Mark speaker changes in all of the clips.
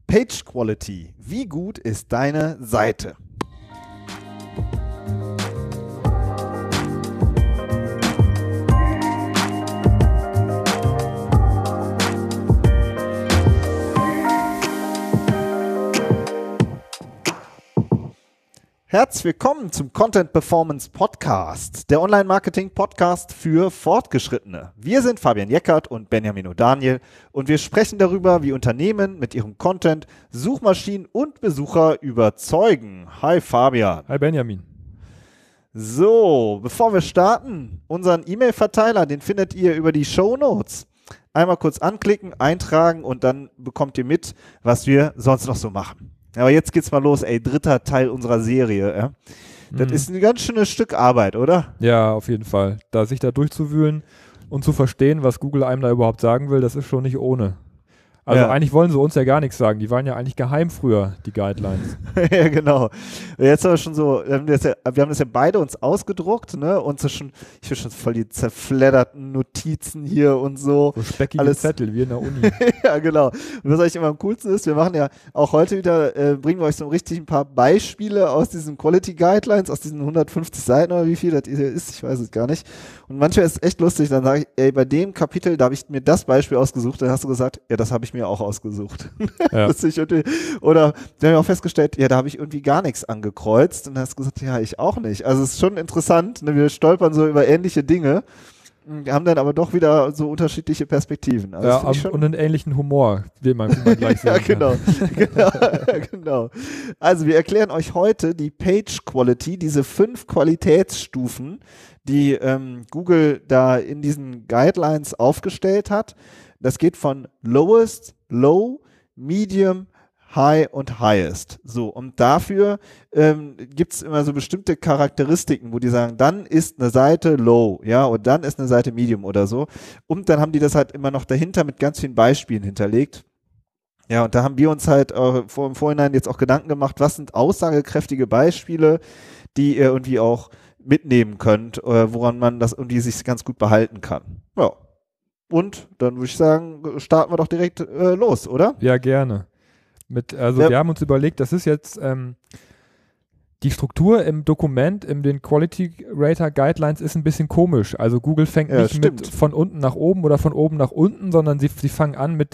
Speaker 1: Page Quality. Wie gut ist deine Seite? Herzlich willkommen zum Content Performance Podcast, der Online-Marketing-Podcast für Fortgeschrittene. Wir sind Fabian Jeckert und Benjamin O'Daniel und wir sprechen darüber, wie Unternehmen mit ihrem Content Suchmaschinen und Besucher überzeugen. Hi Fabian.
Speaker 2: Hi Benjamin.
Speaker 1: So, bevor wir starten, unseren E-Mail-Verteiler, den findet ihr über die Shownotes. Einmal kurz anklicken, eintragen und dann bekommt ihr mit, was wir sonst noch so machen. Aber jetzt geht's mal los, dritter Teil unserer Serie. Ja? Das ist ein ganz schönes Stück Arbeit, oder?
Speaker 2: Ja, auf jeden Fall. Sich da durchzuwühlen und zu verstehen, was Google einem da überhaupt sagen will, das ist schon nicht ohne. Also eigentlich wollen sie uns ja gar nichts sagen. Die waren ja eigentlich geheim früher, die Guidelines.
Speaker 1: Ja, genau. Jetzt haben wir schon so, wir haben das ja beide uns ausgedruckt, ne? Und so schon, ich will schon voll die zerfledderten Notizen hier und so.
Speaker 2: So speckige Zettel wie in der Uni.
Speaker 1: Ja, genau. Und was eigentlich immer am coolsten ist, wir machen ja auch heute wieder, bringen wir euch so richtig ein paar Beispiele aus diesen Quality Guidelines, aus diesen 150 Seiten oder wie viel das ist, ich weiß es gar nicht. Und manchmal ist es echt lustig, dann sage ich, bei dem Kapitel, da habe ich mir das Beispiel ausgesucht, dann hast du gesagt, ja, das habe ich mir auch ausgesucht. Ja. Oder wir haben auch festgestellt, ja, da habe ich irgendwie gar nichts angekreuzt und dann hast du gesagt, ja, ich auch nicht. Also es ist schon interessant, ne? Wir stolpern so über ähnliche Dinge, haben dann aber doch wieder so unterschiedliche Perspektiven. Also
Speaker 2: ja, und einen ähnlichen Humor, wie man gleich sehen
Speaker 1: kann. Genau. Also wir erklären euch heute die Page Quality, diese 5 Qualitätsstufen, die Google da in diesen Guidelines aufgestellt hat. Das geht von Lowest, Low, Medium, High und Highest. So, und dafür gibt es immer so bestimmte Charakteristiken, wo die sagen, dann ist eine Seite Low, ja, und dann ist eine Seite Medium oder so. Und dann haben die das halt immer noch dahinter mit ganz vielen Beispielen hinterlegt. Ja, und da haben wir uns halt im Vorhinein jetzt auch Gedanken gemacht, was sind aussagekräftige Beispiele, die ihr irgendwie auch mitnehmen könnt, woran man das irgendwie sich ganz gut behalten kann. Ja. Und dann würde ich sagen, starten wir doch direkt los, oder?
Speaker 2: Ja, gerne. Wir haben uns überlegt, das ist jetzt die Struktur im Dokument, in den Quality Rater Guidelines ist ein bisschen komisch. Also Google fängt nicht mit von unten nach oben oder von oben nach unten, sondern sie fangen an mit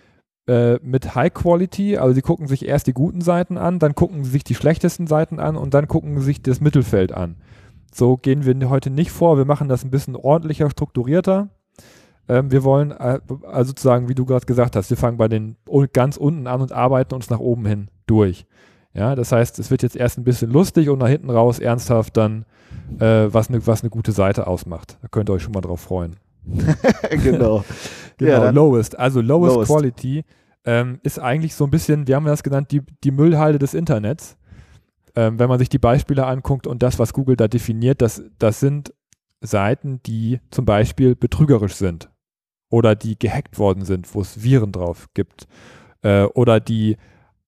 Speaker 2: High Quality, also sie gucken sich erst die guten Seiten an, dann gucken sie sich die schlechtesten Seiten an und dann gucken sie sich das Mittelfeld an. So gehen wir heute nicht vor, wir machen das ein bisschen ordentlicher, strukturierter. Wir wollen also sozusagen, wie du gerade gesagt hast, wir fangen bei den ganz unten an und arbeiten uns nach oben hin durch. Ja, das heißt, es wird jetzt erst ein bisschen lustig und nach hinten raus ernsthaft dann, was eine gute Seite ausmacht. Da könnt ihr euch schon mal drauf freuen.
Speaker 1: Genau.
Speaker 2: Ja, Lowest. Also Lowest Quality ist eigentlich so ein bisschen, wir haben das genannt, die Müllhalde des Internets. Wenn man sich die Beispiele anguckt und das, was Google da definiert, das sind Seiten, die zum Beispiel betrügerisch sind oder die gehackt worden sind, wo es Viren drauf gibt oder die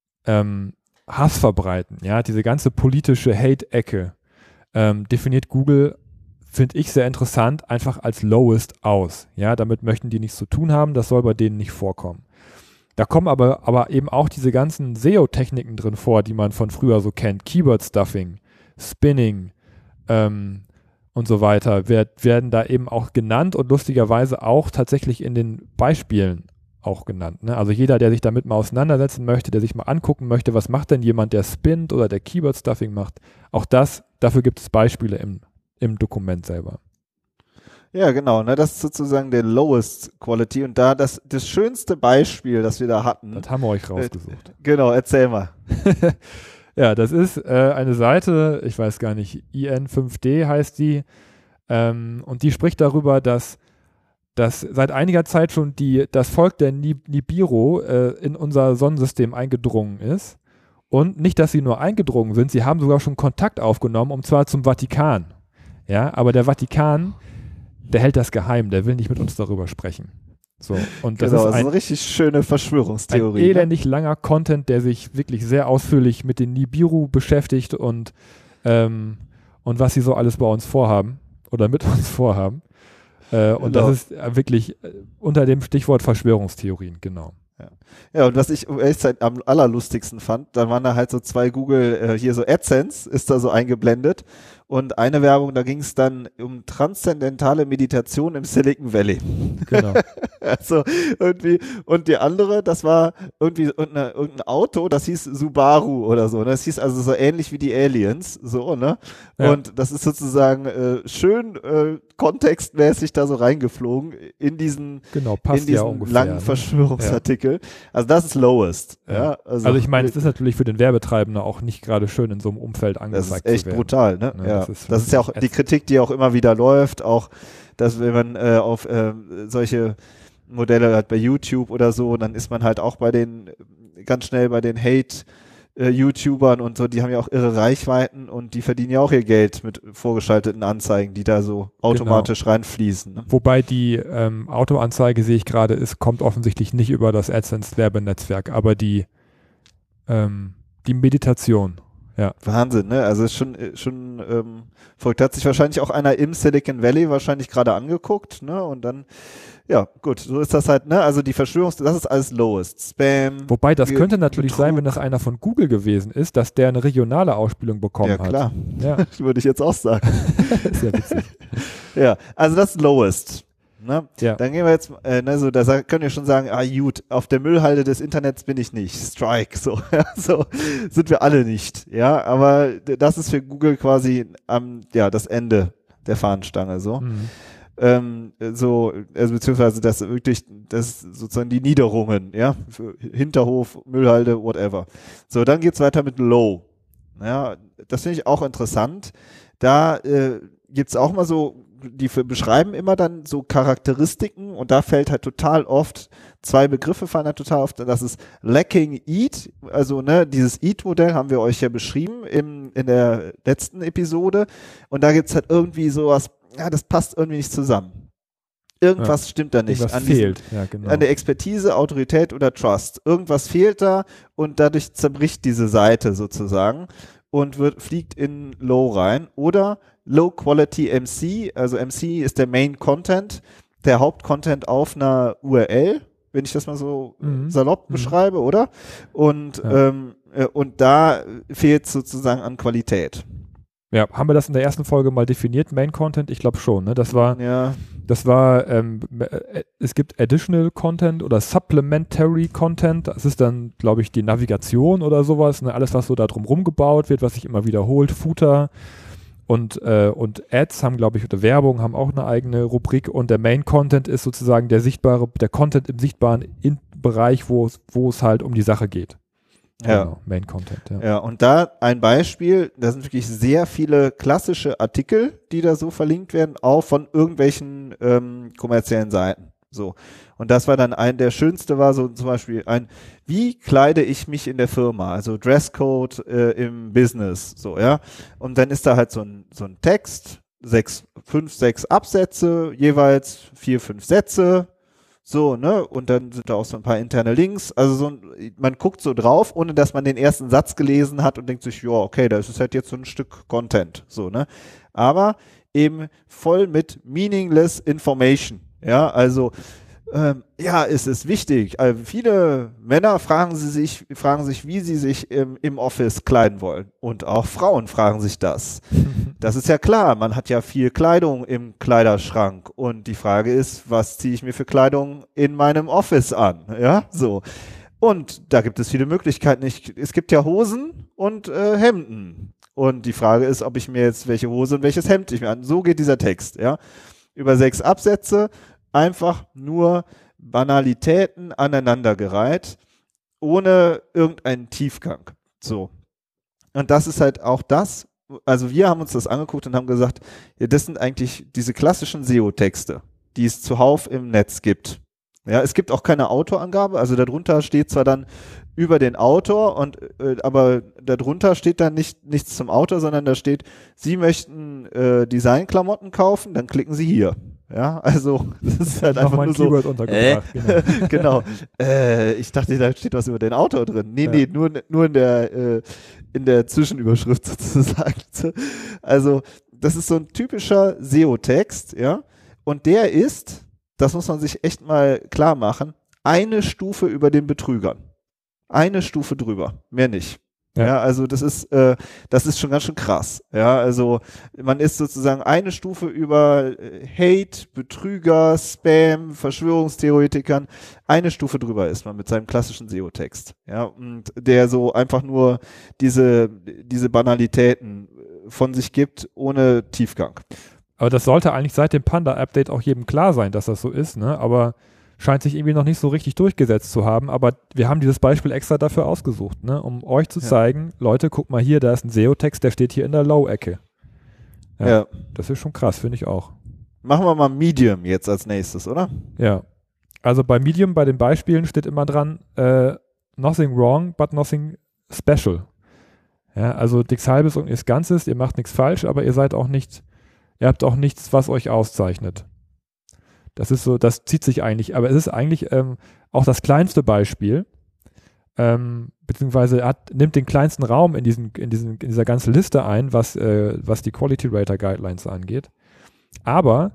Speaker 2: Hass verbreiten. Ja, diese ganze politische Hate-Ecke definiert Google, finde ich sehr interessant, einfach als Lowest aus. Ja, damit möchten die nichts zu tun haben, das soll bei denen nicht vorkommen. Da kommen aber eben auch diese ganzen SEO-Techniken drin vor, die man von früher so kennt. Keyword-Stuffing, Spinning und so weiter, werden da eben auch genannt und lustigerweise auch tatsächlich in den Beispielen auch genannt. Ne? Also jeder, der sich damit mal auseinandersetzen möchte, der sich mal angucken möchte, was macht denn jemand, der spinnt oder der Keyword-Stuffing macht, auch dafür gibt es Beispiele im Dokument selber.
Speaker 1: Ja, genau, ne, das ist sozusagen der Lowest Quality und da das schönste Beispiel, das wir da hatten.
Speaker 2: Das haben wir euch rausgesucht.
Speaker 1: Genau, erzähl mal.
Speaker 2: Ja, das ist eine Seite, ich weiß gar nicht, IN5D heißt die, und die spricht darüber, dass seit einiger Zeit schon das Volk der Nibiru in unser Sonnensystem eingedrungen ist. Und nicht, dass sie nur eingedrungen sind, sie haben sogar schon Kontakt aufgenommen, und zwar zum Vatikan. Ja, aber der Vatikan, der hält das geheim, der will nicht mit uns darüber sprechen. So, und das ist
Speaker 1: eine richtig schöne Verschwörungstheorie.
Speaker 2: Ein elendig langer Content, der sich wirklich sehr ausführlich mit den Nibiru beschäftigt und was sie so alles bei uns vorhaben oder mit uns vorhaben. Und das ist wirklich unter dem Stichwort Verschwörungstheorien, genau.
Speaker 1: Ja, und was ich ehrlich gesagt am allerlustigsten fand, dann waren da halt so zwei Google, hier so AdSense ist da so eingeblendet und eine Werbung, da ging es dann um transzendentale Meditation im Silicon Valley.
Speaker 2: Genau.
Speaker 1: Also irgendwie, und die andere, das war irgendwie irgendein Auto, das hieß Subaru oder so, ne? Das hieß also so ähnlich wie die Aliens, so, ne?
Speaker 2: Ja.
Speaker 1: Und das ist sozusagen schön kontextmäßig da so reingeflogen in diesen,
Speaker 2: passt
Speaker 1: in diesen
Speaker 2: ja ungefähr,
Speaker 1: langen Verschwörungsartikel. Also das ist Lowest. Ja,
Speaker 2: also ich meine, es ist natürlich für den Werbetreibenden auch nicht gerade schön, in so einem Umfeld angezeigt zu werden.
Speaker 1: Das ist echt brutal, ne? Ja. Das ist ja auch die
Speaker 2: ätzend.
Speaker 1: Kritik, die auch immer wieder läuft, auch, dass wenn man auf solche Modelle hat bei YouTube oder so, dann ist man halt auch ganz schnell bei den Hate-YouTubern und so, die haben ja auch irre Reichweiten und die verdienen ja auch ihr Geld mit vorgeschalteten Anzeigen, die da so automatisch reinfließen. Ne?
Speaker 2: Wobei die Autoanzeige, sehe ich gerade, kommt offensichtlich nicht über das AdSense-Werbenetzwerk, aber die Meditation. Ja.
Speaker 1: Wahnsinn, ne? Also ist schon verrückt. Hat sich wahrscheinlich auch einer im Silicon Valley wahrscheinlich gerade angeguckt, ne? Und dann, ja, gut, so ist das halt, ne? Also die das ist alles Lowest. Spam.
Speaker 2: Wobei, das könnte natürlich
Speaker 1: Betrug.
Speaker 2: sein, wenn das einer von Google gewesen ist, dass der eine regionale Ausspielung bekommen hat.
Speaker 1: Ja, klar.
Speaker 2: Ja.
Speaker 1: Würde ich jetzt auch sagen.
Speaker 2: Ist ja witzig.
Speaker 1: Ja, also das ist Lowest. Ne?
Speaker 2: Ja.
Speaker 1: Dann gehen wir jetzt, da können wir schon sagen, gut, auf der Müllhalde des Internets bin ich nicht. Strike, so, ja, so sind wir alle nicht, ja, aber das ist für Google quasi das Ende der Fahnenstange, so. Also beziehungsweise das sozusagen die Niederungen, ja, für Hinterhof, Müllhalde, whatever. So, dann geht's weiter mit Low. Ja, das finde ich auch interessant. Da gibt's auch mal so, die beschreiben immer dann so Charakteristiken und da fällt halt total oft, zwei Begriffe fallen halt total oft, das ist Lacking Eat, also ne, dieses Eat-Modell haben wir euch ja beschrieben in der letzten Episode und da gibt's halt irgendwie sowas, ja, das passt irgendwie nicht zusammen. Irgendwas stimmt da nicht.
Speaker 2: Irgendwas fehlt,
Speaker 1: an der Expertise, Autorität oder Trust. Irgendwas fehlt da und dadurch zerbricht diese Seite sozusagen und fliegt in Low rein oder Low Quality MC, also MC ist der Main Content, der Hauptcontent auf einer URL, wenn ich das mal so salopp beschreibe, oder? Und da fehlt sozusagen an Qualität.
Speaker 2: Ja, haben wir das in der ersten Folge mal definiert, Main Content? Ich glaube schon, ne? Das war, es gibt Additional Content oder Supplementary Content, das ist dann, glaube ich, die Navigation oder sowas, ne? Alles, was so da drumherum gebaut wird, was sich immer wiederholt, Footer und Ads haben, glaube ich, oder Werbung haben auch eine eigene Rubrik und der Main Content ist sozusagen der Content im sichtbaren Bereich, wo es halt um die Sache geht.
Speaker 1: Ja.
Speaker 2: Genau, Main Content, ja.
Speaker 1: Ja, und da ein Beispiel, da sind wirklich sehr viele klassische Artikel, die da so verlinkt werden, auch von irgendwelchen kommerziellen Seiten. So. Und das war dann der schönste war so zum Beispiel wie kleide ich mich in der Firma? Also Dresscode im Business, so, ja. Und dann ist da halt so ein Text, 5, 6 Absätze, jeweils 4, 5 Sätze, so, ne, und dann sind da auch so ein paar interne Links, also man guckt so drauf, ohne dass man den ersten Satz gelesen hat und denkt sich, ja, okay, das ist halt jetzt so ein Stück Content, so, ne, aber eben voll mit meaningless information, ja, also, es ist wichtig. Viele Männer fragen sich, wie sie sich im Office kleiden wollen. Und auch Frauen fragen sich das. Das ist ja klar. Man hat ja viel Kleidung im Kleiderschrank. Und die Frage ist, was ziehe ich mir für Kleidung in meinem Office an? Ja, so. Und da gibt es viele Möglichkeiten. Es gibt ja Hosen und Hemden. Und die Frage ist, ob ich mir jetzt welche Hose und welches Hemd ich mir an. So geht dieser Text, ja. Über 6 Absätze. Einfach nur Banalitäten aneinandergereiht, ohne irgendeinen Tiefgang. So. Und das ist halt auch das, also wir haben uns das angeguckt und haben gesagt, ja, das sind eigentlich diese klassischen SEO-Texte, die es zuhauf im Netz gibt. Ja, es gibt auch keine Autorangabe, also darunter steht zwar dann über den Autor aber darunter steht dann nichts zum Autor, sondern da steht, Sie möchten Designklamotten kaufen, dann klicken Sie hier. Ja, also das ist halt einfach nur so.
Speaker 2: Keyword untergebracht,
Speaker 1: genau. Ich dachte, da steht was über den Autor drin. Nee, nur in der Zwischenüberschrift sozusagen. Also das ist so ein typischer SEO-Text, ja. Und der ist, das muss man sich echt mal klar machen, eine Stufe über den Betrügern. Eine Stufe drüber, mehr nicht. Ja, also das ist schon ganz schön krass. Ja, also man ist sozusagen eine Stufe über Hate, Betrüger, Spam, Verschwörungstheoretikern, eine Stufe drüber ist man mit seinem klassischen SEO-Text. Ja, und der so einfach nur diese Banalitäten von sich gibt, ohne Tiefgang.
Speaker 2: Aber das sollte eigentlich seit dem Panda-Update auch jedem klar sein, dass das so ist, ne? Aber scheint sich irgendwie noch nicht so richtig durchgesetzt zu haben, aber wir haben dieses Beispiel extra dafür ausgesucht, ne, um euch zu zeigen, Leute, guck mal hier, da ist ein SEO-Text, der steht hier in der Low-Ecke. Ja. Das ist schon krass, finde ich auch.
Speaker 1: Machen wir mal Medium jetzt als nächstes, oder?
Speaker 2: Ja. Also bei Medium, bei den Beispielen steht immer dran, nothing wrong, but nothing special. Ja, also nichts Halbes und nichts Ganzes, ihr macht nichts falsch, aber ihr habt auch nichts, was euch auszeichnet. Das ist so, das zieht sich eigentlich, aber es ist eigentlich auch das kleinste Beispiel, beziehungsweise nimmt den kleinsten Raum in dieser ganzen Liste ein, was die Quality Rater Guidelines angeht. Aber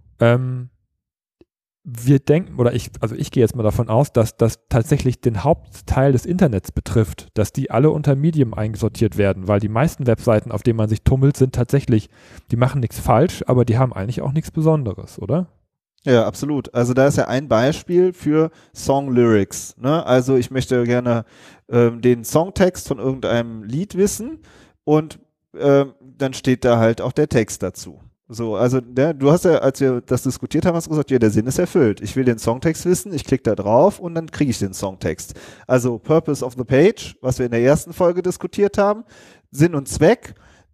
Speaker 2: wir denken, ich gehe jetzt mal davon aus, dass das tatsächlich den Hauptteil des Internets betrifft, dass die alle unter Medium eingesortiert werden, weil die meisten Webseiten, auf denen man sich tummelt, sind tatsächlich, die machen nichts falsch, aber die haben eigentlich auch nichts Besonderes, oder?
Speaker 1: Ja, absolut. Also da ist ja ein Beispiel für Song Lyrics. Ne? Also ich möchte gerne den Songtext von irgendeinem Lied wissen und dann steht da halt auch der Text dazu. So, also du hast ja, als wir das diskutiert haben, hast du gesagt, ja, der Sinn ist erfüllt. Ich will den Songtext wissen, ich klicke da drauf und dann kriege ich den Songtext. Also Purpose of the Page, was wir in der ersten Folge diskutiert haben, Sinn und Zweck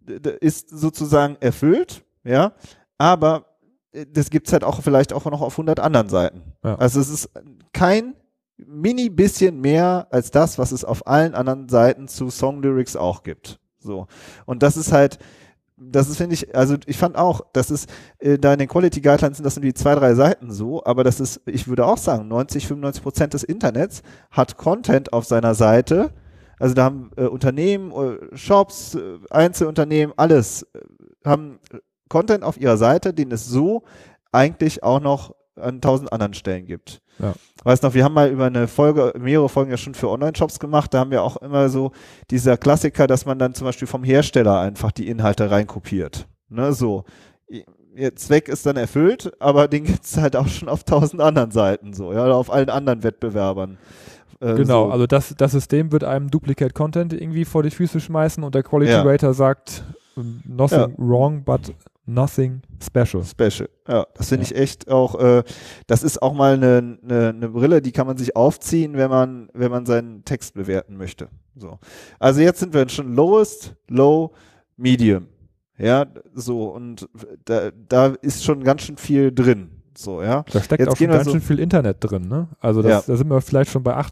Speaker 1: ist sozusagen erfüllt, ja, aber das gibt's halt auch vielleicht auch noch auf 100 anderen Seiten. Ja. Also es ist kein mini bisschen mehr als das, was es auf allen anderen Seiten zu Song-Lyrics auch gibt. So. Und das ist halt, finde ich, also ich fand auch, das ist, da in den Quality Guidelines sind das irgendwie 2-3 Seiten so, aber das ist, ich würde auch sagen, 90-95% des Internets hat Content auf seiner Seite. Also da haben Unternehmen, Shops, Einzelunternehmen, alles haben Content auf ihrer Seite, den es so eigentlich auch noch an 1000 anderen Stellen gibt. Ja. Weißt noch, wir haben mal über mehrere Folgen ja schon für Online-Shops gemacht, da haben wir auch immer so dieser Klassiker, dass man dann zum Beispiel vom Hersteller einfach die Inhalte reinkopiert. Ne, so. Ihr Zweck ist dann erfüllt, aber den gibt es halt auch schon auf 1000 anderen Seiten so, ja, oder auf allen anderen Wettbewerbern.
Speaker 2: Genau, so. Also das System wird einem Duplicate Content irgendwie vor die Füße schmeißen und der Quality Rater sagt, nothing wrong, but nothing special. Special,
Speaker 1: ja. Das finde ich echt auch, das ist auch mal eine Brille, die kann man sich aufziehen, wenn man seinen Text bewerten möchte. So. Also jetzt sind wir schon Lowest, Low, Medium. Ja, so, und da ist schon ganz schön viel drin. So, ja.
Speaker 2: Da steckt jetzt auch schon ganz schön viel Internet drin, ne? Also da sind wir vielleicht schon bei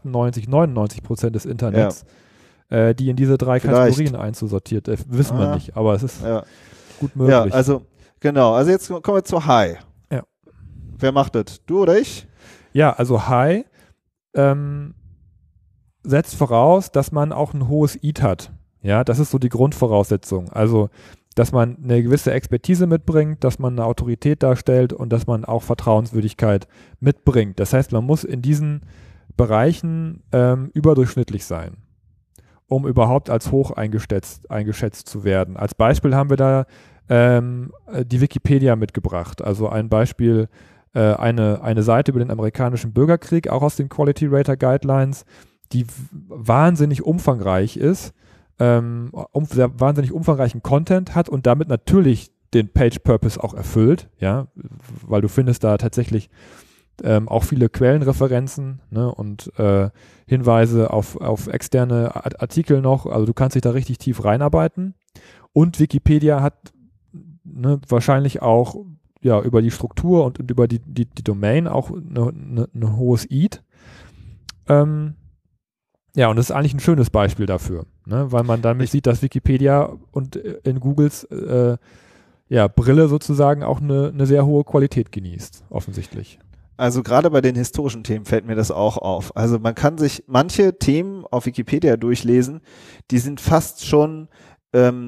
Speaker 2: 98-99% des Internets, die in diese 3 Kategorien einzusortiert. Wissen wir nicht, aber es ist gut möglich.
Speaker 1: Ja, also genau. Also jetzt kommen wir zu High.
Speaker 2: Ja.
Speaker 1: Wer macht das? Du oder ich?
Speaker 2: Ja, also High setzt voraus, dass man auch ein hohes EAT hat. Ja, das ist so die Grundvoraussetzung. Also, dass man eine gewisse Expertise mitbringt, dass man eine Autorität darstellt und dass man auch Vertrauenswürdigkeit mitbringt. Das heißt, man muss in diesen Bereichen überdurchschnittlich sein, um überhaupt als hoch eingeschätzt zu werden. Als Beispiel haben wir da die Wikipedia mitgebracht. Also ein Beispiel, eine Seite über den amerikanischen Bürgerkrieg, auch aus den Quality Rater Guidelines, die wahnsinnig umfangreich ist, wahnsinnig umfangreichen Content hat und damit natürlich den Page Purpose auch erfüllt, ja, weil du findest da tatsächlich auch viele Quellenreferenzen, ne, und Hinweise auf externe Artikel noch, also du kannst dich da richtig tief reinarbeiten. Und Wikipedia hat wahrscheinlich auch über die Struktur und über die Domain auch ein hohes EAT. Ja, und das ist eigentlich ein schönes Beispiel dafür, ne, weil man damit sieht, dass Wikipedia und in Googles Brille sozusagen auch eine sehr hohe Qualität genießt, offensichtlich.
Speaker 1: Also gerade bei den historischen Themen fällt mir das auch auf. Also man kann sich manche Themen auf Wikipedia durchlesen, die sind fast schon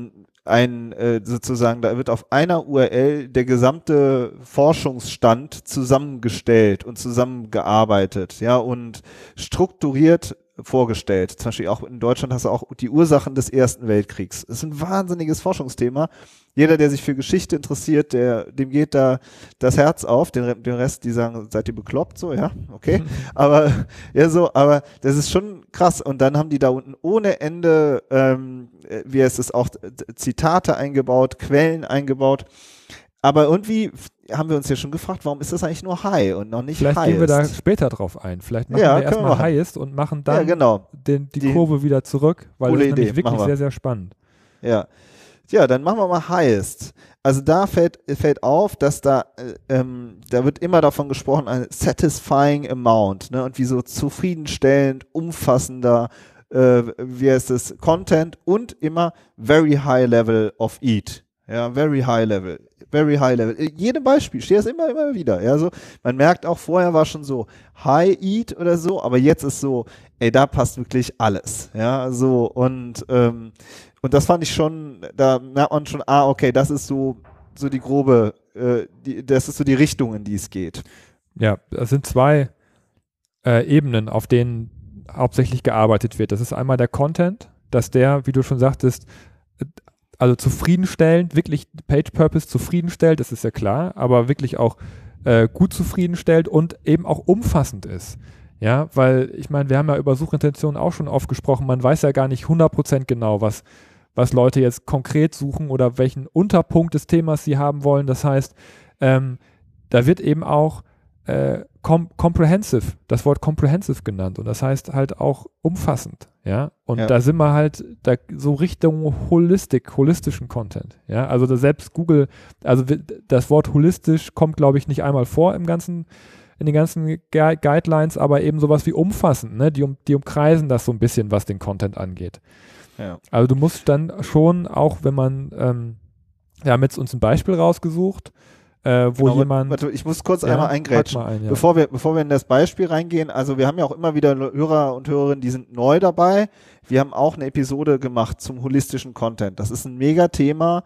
Speaker 1: sozusagen, da wird auf einer URL der gesamte Forschungsstand zusammengestellt und zusammengearbeitet, ja, und strukturiert vorgestellt. Zum Beispiel auch in Deutschland hast du auch die Ursachen des Ersten Weltkriegs. Das ist ein wahnsinniges Forschungsthema. Jeder, der sich für Geschichte interessiert, dem geht da das Herz auf. Den Rest, die sagen, seid ihr bekloppt? So, ja, okay. Aber das ist schon krass. Und dann haben die da unten ohne Ende, wie heißt es auch, Zitate eingebaut, Quellen eingebaut. Aber irgendwie haben wir uns ja schon gefragt, warum ist das eigentlich nur High und noch nicht
Speaker 2: Vielleicht
Speaker 1: Highest?
Speaker 2: Gehen wir da später drauf ein. Vielleicht machen wir erstmal Highest und machen dann die Kurve wieder zurück, weil das ist nämlich wirklich sehr, sehr spannend.
Speaker 1: Ja, dann machen wir mal Highest. Also da fällt auf, dass da wird immer davon gesprochen, ein satisfying amount, ne? Und wie so zufriedenstellend, umfassender, wie heißt es, Content und immer very high level of EAT. Ja, very high level. Jedem Beispiel steht das immer wieder. Ja, so, man merkt auch, vorher war schon so High Eat oder so, aber jetzt ist so, da passt wirklich alles. Ja, so, und das fand ich schon, da merkt man schon, okay, das ist so die grobe, das ist so die Richtung, in die es geht.
Speaker 2: Ja, das sind zwei Ebenen, auf denen hauptsächlich gearbeitet wird. Das ist einmal der Content, dass der, wie du schon sagtest, also zufriedenstellend, wirklich Page Purpose zufriedenstellt, das ist ja klar, aber wirklich auch gut zufriedenstellt und eben auch umfassend ist. Ja, weil ich meine, wir haben ja über Suchintentionen auch schon oft gesprochen, man weiß ja gar nicht 100% genau, was Leute jetzt konkret suchen oder welchen Unterpunkt des Themas sie haben wollen. Das heißt, da wird eben auch comprehensive, das Wort comprehensive genannt und das heißt halt auch umfassend, ja, und da sind wir halt so Richtung holistischen Content, ja, also selbst Google, also das Wort holistisch kommt, glaube ich, nicht einmal vor in den ganzen Guidelines, aber eben sowas wie umfassend, ne, die umkreisen das so ein bisschen, was den Content angeht. Ja. Also du musst dann schon, auch wenn man, wir haben jetzt uns ein Beispiel rausgesucht, wo jemand...
Speaker 1: Warte, ich muss kurz einmal eingrätschen, bevor wir in das Beispiel reingehen. Also wir haben ja auch immer wieder Hörer und Hörerinnen, die sind neu dabei. Wir haben auch eine Episode gemacht zum holistischen Content. Das ist ein Mega-Thema,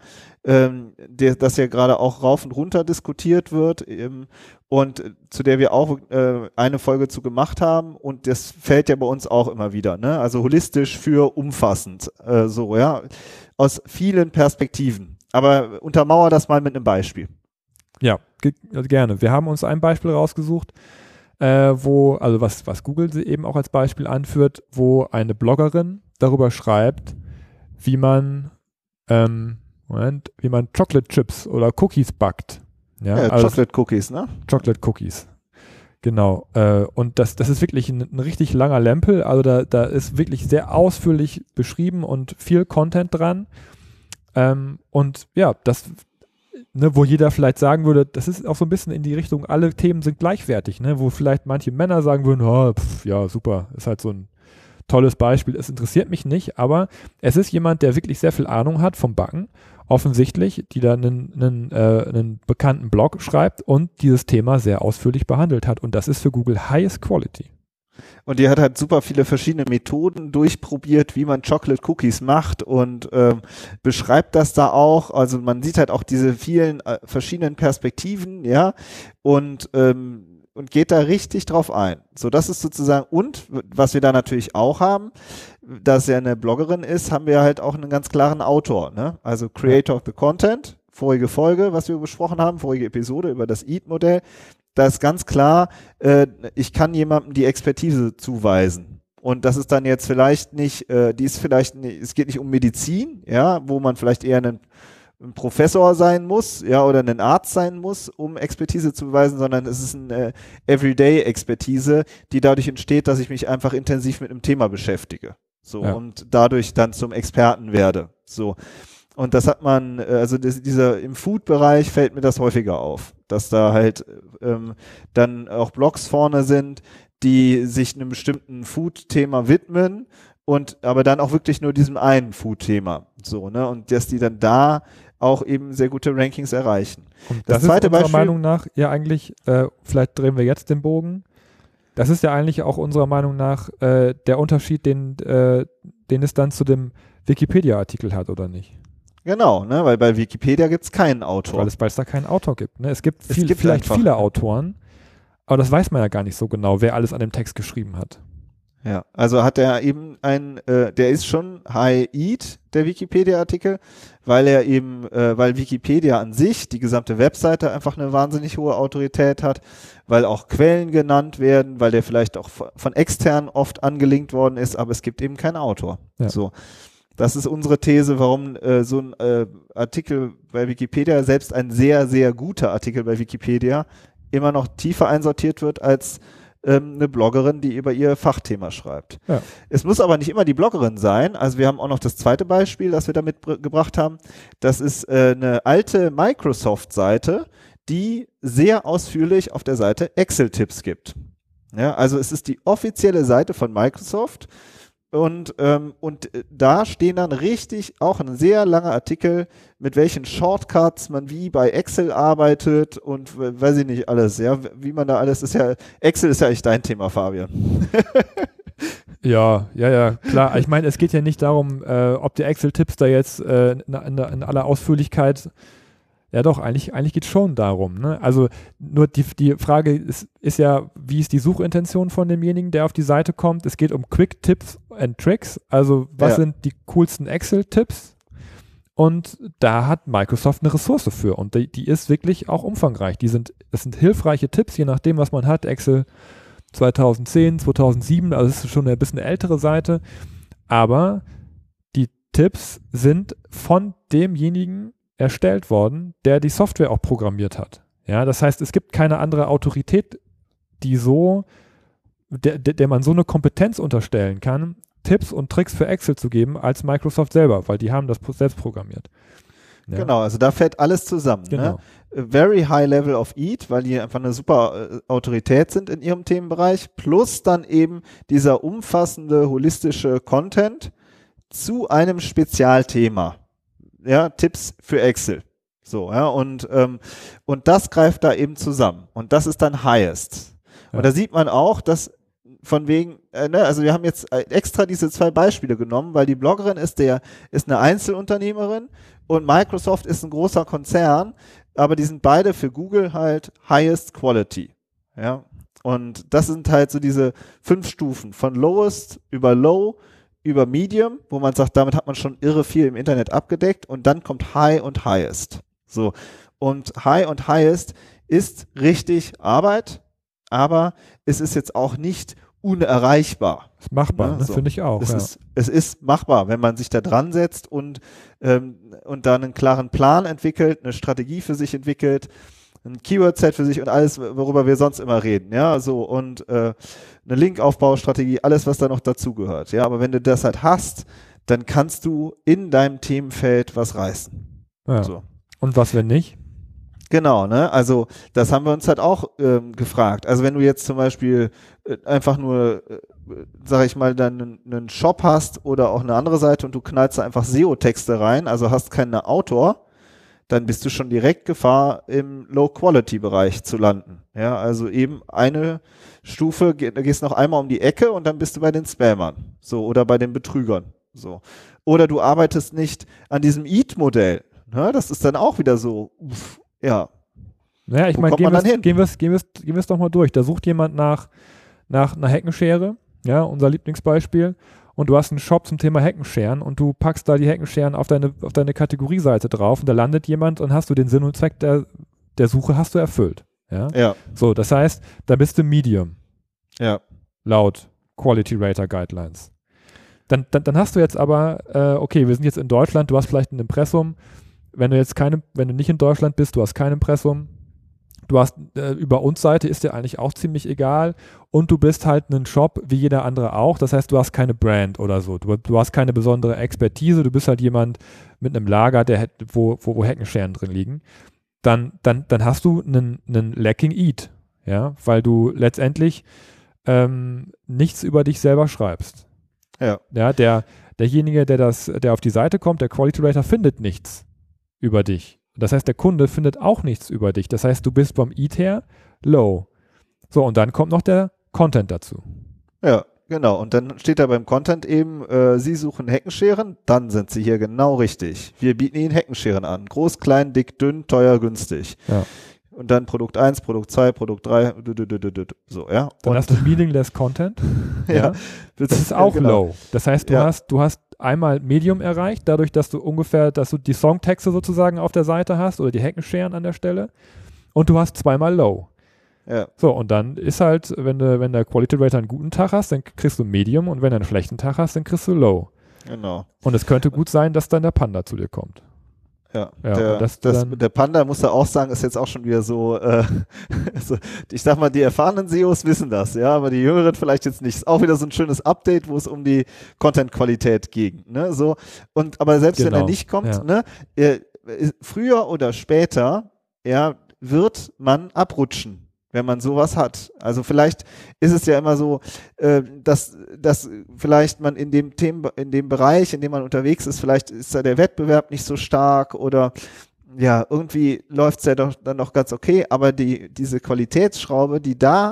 Speaker 1: das ja gerade auch rauf und runter diskutiert wird und zu der wir auch eine Folge zu gemacht haben. Und das fällt ja bei uns auch immer wieder, ne? Also holistisch für umfassend, aus vielen Perspektiven. Aber untermauer das mal mit einem Beispiel.
Speaker 2: Ja, gerne. Wir haben uns ein Beispiel rausgesucht, was Google eben auch als Beispiel anführt, wo eine Bloggerin darüber schreibt, wie man Chocolate Chips oder Cookies backt. Ja, also
Speaker 1: Chocolate Cookies, ne?
Speaker 2: Chocolate Cookies. Genau. Und das ist wirklich ein richtig langer Lempel. Also da ist wirklich sehr ausführlich beschrieben und viel Content dran. Und ja, wo jeder vielleicht sagen würde, das ist auch so ein bisschen in die Richtung, alle Themen sind gleichwertig, ne? Wo vielleicht manche Männer sagen würden, ja, super, ist halt so ein tolles Beispiel, es interessiert mich nicht, aber es ist jemand, der wirklich sehr viel Ahnung hat vom Backen, offensichtlich, die da einen bekannten Blog schreibt und dieses Thema sehr ausführlich behandelt hat und das ist für Google highest quality.
Speaker 1: Und die hat halt super viele verschiedene Methoden durchprobiert, wie man Chocolate Cookies macht und beschreibt das da auch. Also man sieht halt auch diese vielen verschiedenen Perspektiven, ja, und geht da richtig drauf ein. So, das ist sozusagen, und was wir da natürlich auch haben, dass er eine Bloggerin ist, haben wir halt auch einen ganz klaren Autor, ne? Also Creator of the Content, vorige Folge, was wir besprochen haben, vorige Episode über das EAT-Modell. Da ist ganz klar, ich kann jemandem die Expertise zuweisen. Und das ist dann jetzt vielleicht nicht, es geht nicht um Medizin, ja, wo man vielleicht eher ein Professor sein muss, ja, oder ein Arzt sein muss, um Expertise zu beweisen, sondern es ist eine Everyday-Expertise, die dadurch entsteht, dass ich mich einfach intensiv mit einem Thema beschäftige. So, und dadurch dann zum Experten werde. So. Und das hat man, also im Food-Bereich fällt mir das häufiger auf, dass da halt dann auch Blogs vorne sind, die sich einem bestimmten Food-Thema widmen und aber dann auch wirklich nur diesem einen Food-Thema. So, ne? Und dass die dann da auch eben sehr gute Rankings erreichen.
Speaker 2: Und das zweite ist unserer Meinung nach ja eigentlich, vielleicht drehen wir jetzt den Bogen, das ist ja eigentlich auch unserer Meinung nach der Unterschied, den es dann zu dem Wikipedia-Artikel hat, oder nicht?
Speaker 1: Genau, ne? Weil bei Wikipedia gibt es keinen Autor.
Speaker 2: Weil es da keinen Autor gibt. Ne? Es gibt vielleicht viele Autoren, aber das weiß man ja gar nicht so genau, wer alles an dem Text geschrieben hat.
Speaker 1: Ja, also hat er eben der ist schon High-Eat, der Wikipedia-Artikel, weil Wikipedia an sich, die gesamte Webseite einfach eine wahnsinnig hohe Autorität hat, weil auch Quellen genannt werden, weil der vielleicht auch von extern oft angelinkt worden ist, aber es gibt eben keinen Autor.
Speaker 2: Ja.
Speaker 1: So. Das ist unsere These, warum so ein Artikel bei Wikipedia, selbst ein sehr, sehr guter Artikel bei Wikipedia, immer noch tiefer einsortiert wird als eine Bloggerin, die über ihr Fachthema schreibt.
Speaker 2: Ja.
Speaker 1: Es muss aber nicht immer die Bloggerin sein. Also wir haben auch noch das zweite Beispiel, das wir da mitgebracht haben. Das ist eine alte Microsoft-Seite, die sehr ausführlich auf der Seite Excel-Tipps gibt. Ja, also es ist die offizielle Seite von Microsoft. Und da stehen dann richtig auch ein sehr langer Artikel, mit welchen Shortcuts man wie bei Excel arbeitet und weiß ich nicht alles, ja, wie man da alles Excel ist ja eigentlich dein Thema, Fabian.
Speaker 2: Ja, klar. Ich meine, es geht ja nicht darum, ob die Excel-Tipps da jetzt in aller Ausführlichkeit. Ja doch, eigentlich geht es schon darum. Ne? Also nur die Frage ist ja, wie ist die Suchintention von demjenigen, der auf die Seite kommt? Es geht um Quick Tips and Tricks, also was sind die coolsten Excel-Tipps? Und da hat Microsoft eine Ressource für und die ist wirklich auch umfangreich. Das sind hilfreiche Tipps, je nachdem, was man hat. Excel 2010, 2007, also es ist schon ein bisschen eine ältere Seite, aber die Tipps sind von demjenigen erstellt worden, der die Software auch programmiert hat. Ja, das heißt, es gibt keine andere Autorität, die der man so eine Kompetenz unterstellen kann, Tipps und Tricks für Excel zu geben, als Microsoft selber, weil die haben das selbst programmiert. Ja.
Speaker 1: Genau, also da fällt alles zusammen.
Speaker 2: Genau.
Speaker 1: Ne? Very high level of EAT, weil die einfach eine super Autorität sind in ihrem Themenbereich, plus dann eben dieser umfassende, holistische Content zu einem Spezialthema. Ja, Tipps für Excel. So, ja, und das greift da eben zusammen. Und das ist dann Highest. Ja. Und da sieht man auch, dass von wegen, also wir haben jetzt extra diese zwei Beispiele genommen, weil die Bloggerin ist eine Einzelunternehmerin und Microsoft ist ein großer Konzern, aber die sind beide für Google halt Highest Quality. Ja. Und das sind halt so diese 5 Stufen von Lowest über Low über Medium, wo man sagt, damit hat man schon irre viel im Internet abgedeckt und dann kommt High und Highest. So. Und High und Highest ist richtig Arbeit, aber es ist jetzt auch nicht unerreichbar.
Speaker 2: Ist machbar,
Speaker 1: ne? So.
Speaker 2: Finde ich auch.
Speaker 1: Es ist machbar, wenn man sich da dran setzt und da einen klaren Plan entwickelt, eine Strategie für sich entwickelt, ein Keyword-Set für sich und alles, worüber wir sonst immer reden, ja, so und eine Linkaufbaustrategie, alles, was da noch dazugehört, ja, aber wenn du das halt hast, dann kannst du in deinem Themenfeld was reißen.
Speaker 2: Ja.
Speaker 1: So.
Speaker 2: Und was, wenn nicht?
Speaker 1: Genau, ne, also das haben wir uns halt auch gefragt. Also wenn du jetzt zum Beispiel einfach nur, sag ich mal, dann einen Shop hast oder auch eine andere Seite und du knallst da einfach SEO-Texte rein, also hast keinen Autor, dann bist du schon direkt Gefahr, im Low-Quality-Bereich zu landen. Ja, also eben eine Stufe, da gehst du noch einmal um die Ecke und dann bist du bei den Spammern. So, oder bei den Betrügern. So. Oder du arbeitest nicht an diesem EAT-Modell. Ne? Das ist dann auch wieder so, ja.
Speaker 2: Naja, ich meine, gehen wir es doch mal durch. Da sucht jemand nach einer Heckenschere, ja, unser Lieblingsbeispiel. Und du hast einen Shop zum Thema Heckenscheren und du packst da die Heckenscheren auf deine Kategorieseite drauf und da landet jemand und hast du den Sinn und Zweck der Suche hast du erfüllt. Ja?
Speaker 1: Ja.
Speaker 2: So, das heißt, da bist du Medium.
Speaker 1: Ja.
Speaker 2: Laut Quality Rater Guidelines. Dann hast du jetzt aber, okay, wir sind jetzt in Deutschland, du hast vielleicht ein Impressum. Wenn du nicht in Deutschland bist, du hast kein Impressum. Du hast über uns Seite, ist dir eigentlich auch ziemlich egal und du bist halt ein Shop wie jeder andere auch, das heißt, du hast keine Brand oder so, du hast keine besondere Expertise, du bist halt jemand mit einem Lager, wo Heckenscheren drin liegen, dann hast du einen Lacking EAT, ja, weil du letztendlich nichts über dich selber schreibst.
Speaker 1: Ja.
Speaker 2: Ja, derjenige, der auf die Seite kommt, der Quality Rater, findet nichts über dich. Das heißt, der Kunde findet auch nichts über dich. Das heißt, du bist vom EAT her low. So, und dann kommt noch der Content dazu.
Speaker 1: Ja. Genau, und dann steht da beim Content eben, Sie suchen Heckenscheren, dann sind Sie hier genau richtig. Wir bieten Ihnen Heckenscheren an. Groß, klein, dick, dünn, teuer, günstig.
Speaker 2: Ja.
Speaker 1: Und dann Produkt 1, Produkt 2, Produkt 3, so, ja.
Speaker 2: Dann hast du Meaningless Content.
Speaker 1: Ja.
Speaker 2: Das ist auch
Speaker 1: genau.
Speaker 2: low. Das heißt, du hast einmal Medium erreicht, dadurch, dass du die Songtexte sozusagen auf der Seite hast oder die Heckenscheren an der Stelle. Und du hast zweimal low.
Speaker 1: Ja.
Speaker 2: So, und dann ist halt, wenn der Quality Rater einen guten Tag hast, dann kriegst du Medium, und wenn du einen schlechten Tag hast, dann kriegst du low.
Speaker 1: Genau.
Speaker 2: Und es könnte gut sein, dass dann der Panda zu dir kommt.
Speaker 1: Ja,
Speaker 2: der
Speaker 1: Panda, muss er auch sagen, ist jetzt auch schon wieder so, ich sag mal, die erfahrenen SEOs wissen das, ja, aber die Jüngeren vielleicht jetzt nicht. Ist auch wieder so ein schönes Update, wo es um die Content-Qualität ging, ne, so. Aber selbst wenn er nicht kommt, ne, früher oder später, ja, wird man abrutschen, wenn man sowas hat. Also vielleicht ist es ja immer so, dass vielleicht man in dem Bereich, in dem man unterwegs ist, vielleicht ist da der Wettbewerb nicht so stark oder ja, irgendwie läuft es ja doch dann noch ganz okay, aber diese Qualitätsschraube,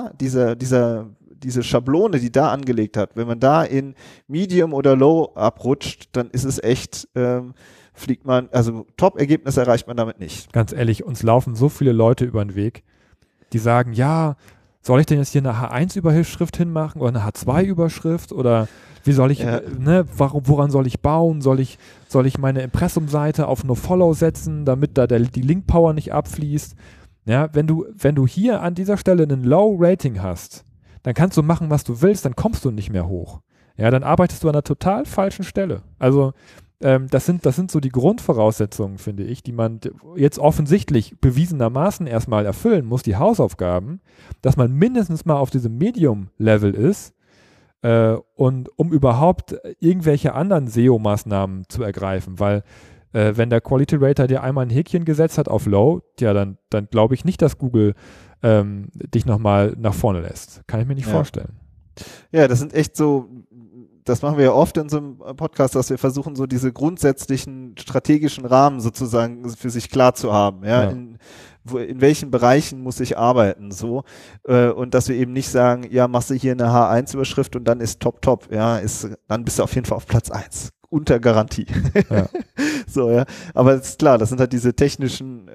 Speaker 1: diese Schablone, die da angelegt hat, wenn man da in Medium oder Low abrutscht, dann ist es echt, fliegt man, also Top-Ergebnisse erreicht man damit nicht.
Speaker 2: Ganz ehrlich, uns laufen so viele Leute über den Weg, die sagen, ja, soll ich denn jetzt hier eine H1-Überschrift hinmachen oder eine H2-Überschrift oder wie soll ich, woran soll ich bauen? Soll ich meine Impressumseite auf NoFollow setzen, damit da die Link-Power nicht abfließt? Ja, wenn du hier an dieser Stelle einen Low-Rating hast, dann kannst du machen, was du willst, dann kommst du nicht mehr hoch. Ja, dann arbeitest du an einer total falschen Stelle. Also das sind so die Grundvoraussetzungen, finde ich, die man jetzt offensichtlich bewiesenermaßen erstmal erfüllen muss, die Hausaufgaben, dass man mindestens mal auf diesem Medium-Level ist, und um überhaupt irgendwelche anderen SEO-Maßnahmen zu ergreifen, weil wenn der Quality Rater dir einmal ein Häkchen gesetzt hat auf Low, ja, dann glaube ich nicht, dass Google dich nochmal nach vorne lässt. Kann ich mir nicht vorstellen.
Speaker 1: Ja, das sind echt so, das machen wir ja oft in so einem Podcast, dass wir versuchen, so diese grundsätzlichen strategischen Rahmen sozusagen für sich klar zu haben, ja. In welchen Bereichen muss ich arbeiten, so, und dass wir eben nicht sagen, ja, machst du hier eine H1-Überschrift und dann ist top, ja, dann bist du auf jeden Fall auf Platz 1. Unter Garantie. Ja. So, ja. Aber es ist klar, das sind halt diese technischen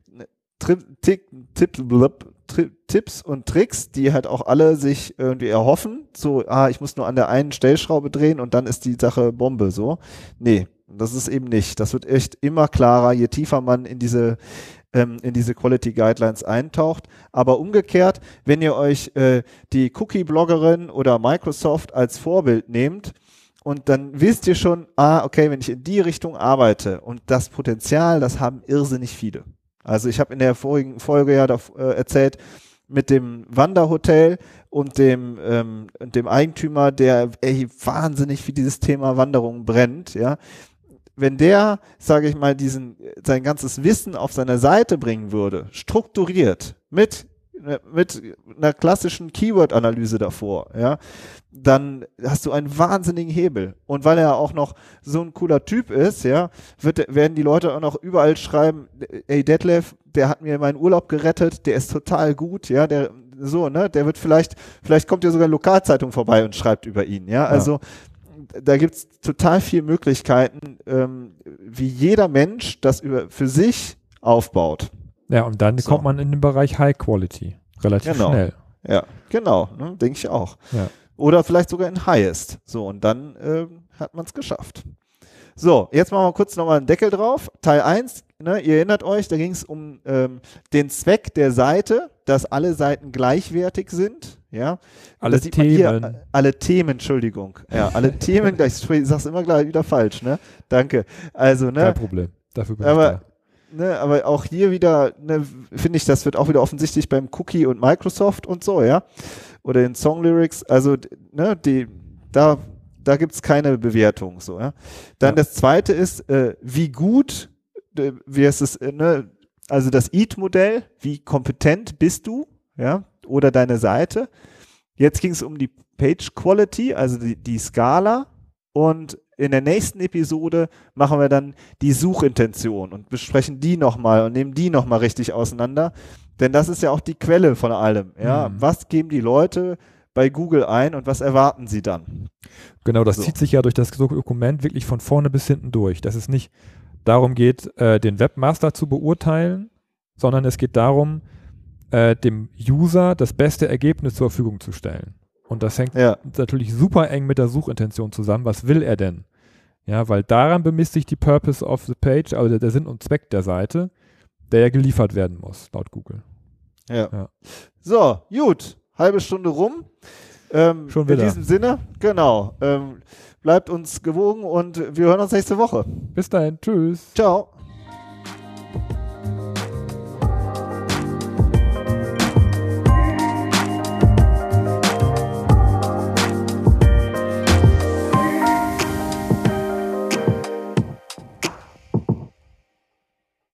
Speaker 1: Tipps und Tricks, die halt auch alle sich irgendwie erhoffen. So, ich muss nur an der einen Stellschraube drehen und dann ist die Sache Bombe, so. Nee, das ist eben nicht. Das wird echt immer klarer, je tiefer man in diese Quality Guidelines eintaucht. Aber umgekehrt, wenn ihr euch die Cookie-Bloggerin oder Microsoft als Vorbild nehmt, und dann wisst ihr schon, okay, wenn ich in die Richtung arbeite und das Potenzial, das haben irrsinnig viele. Also ich habe in der vorigen Folge ja erzählt, mit dem Wanderhotel und dem Eigentümer, der wahnsinnig für dieses Thema Wanderung brennt, ja. Wenn der, sage ich mal, sein ganzes Wissen auf seine Seite bringen würde, strukturiert, mit einer klassischen Keyword-Analyse davor, ja, dann hast du einen wahnsinnigen Hebel. Und weil er auch noch so ein cooler Typ ist, ja, werden die Leute auch noch überall schreiben, ey Detlef, der hat mir meinen Urlaub gerettet, der ist total gut, ja, der wird vielleicht kommt ja sogar eine Lokalzeitung vorbei und schreibt über ihn, ja, also da gibt's total viele Möglichkeiten, wie jeder Mensch das für sich aufbaut.
Speaker 2: Ja, und dann kommt man in den Bereich High Quality relativ schnell.
Speaker 1: Ja, genau, ne, denke ich auch.
Speaker 2: Ja.
Speaker 1: Oder vielleicht sogar in Highest. So, und dann hat man es geschafft. So, jetzt machen wir kurz nochmal einen Deckel drauf. Teil 1, ne, ihr erinnert euch, da ging es um den Zweck der Seite, dass alle Seiten gleichwertig sind. Ja,
Speaker 2: alle Themen.
Speaker 1: Alle Themen, Entschuldigung. Ja, alle Themen, ich sag's immer gleich wieder falsch, ne? Danke. Also, ne?
Speaker 2: Kein Problem. Dafür bin ich da.
Speaker 1: Ne, aber auch hier wieder, ne, finde ich, das wird auch wieder offensichtlich beim Cookie und Microsoft und so, ja. Oder den Song Lyrics, also, ne, da gibt's keine Bewertung, so, ja. Dann das zweite ist, wie gut, also das EAT-Modell, wie kompetent bist du, ja, oder deine Seite. Jetzt ging es um die Page Quality, also die Skala, und in der nächsten Episode machen wir dann die Suchintention und besprechen die nochmal und nehmen die nochmal richtig auseinander, denn das ist ja auch die Quelle von allem, ja. Was geben die Leute bei Google ein und was erwarten sie dann?
Speaker 2: Genau, das zieht sich ja durch das Dokument wirklich von vorne bis hinten durch, dass es nicht darum geht, den Webmaster zu beurteilen, sondern es geht darum, dem User das beste Ergebnis zur Verfügung zu stellen. Und das hängt natürlich super eng mit der Suchintention zusammen. Was will er denn? Ja, weil daran bemisst sich die Purpose of the Page, also der Sinn und Zweck der Seite, der ja geliefert werden muss, laut Google.
Speaker 1: Ja. So, gut. Halbe Stunde rum.
Speaker 2: Schon wieder.
Speaker 1: In diesem Sinne, genau. Bleibt uns gewogen und wir hören uns nächste Woche.
Speaker 2: Bis dahin. Tschüss.
Speaker 1: Ciao.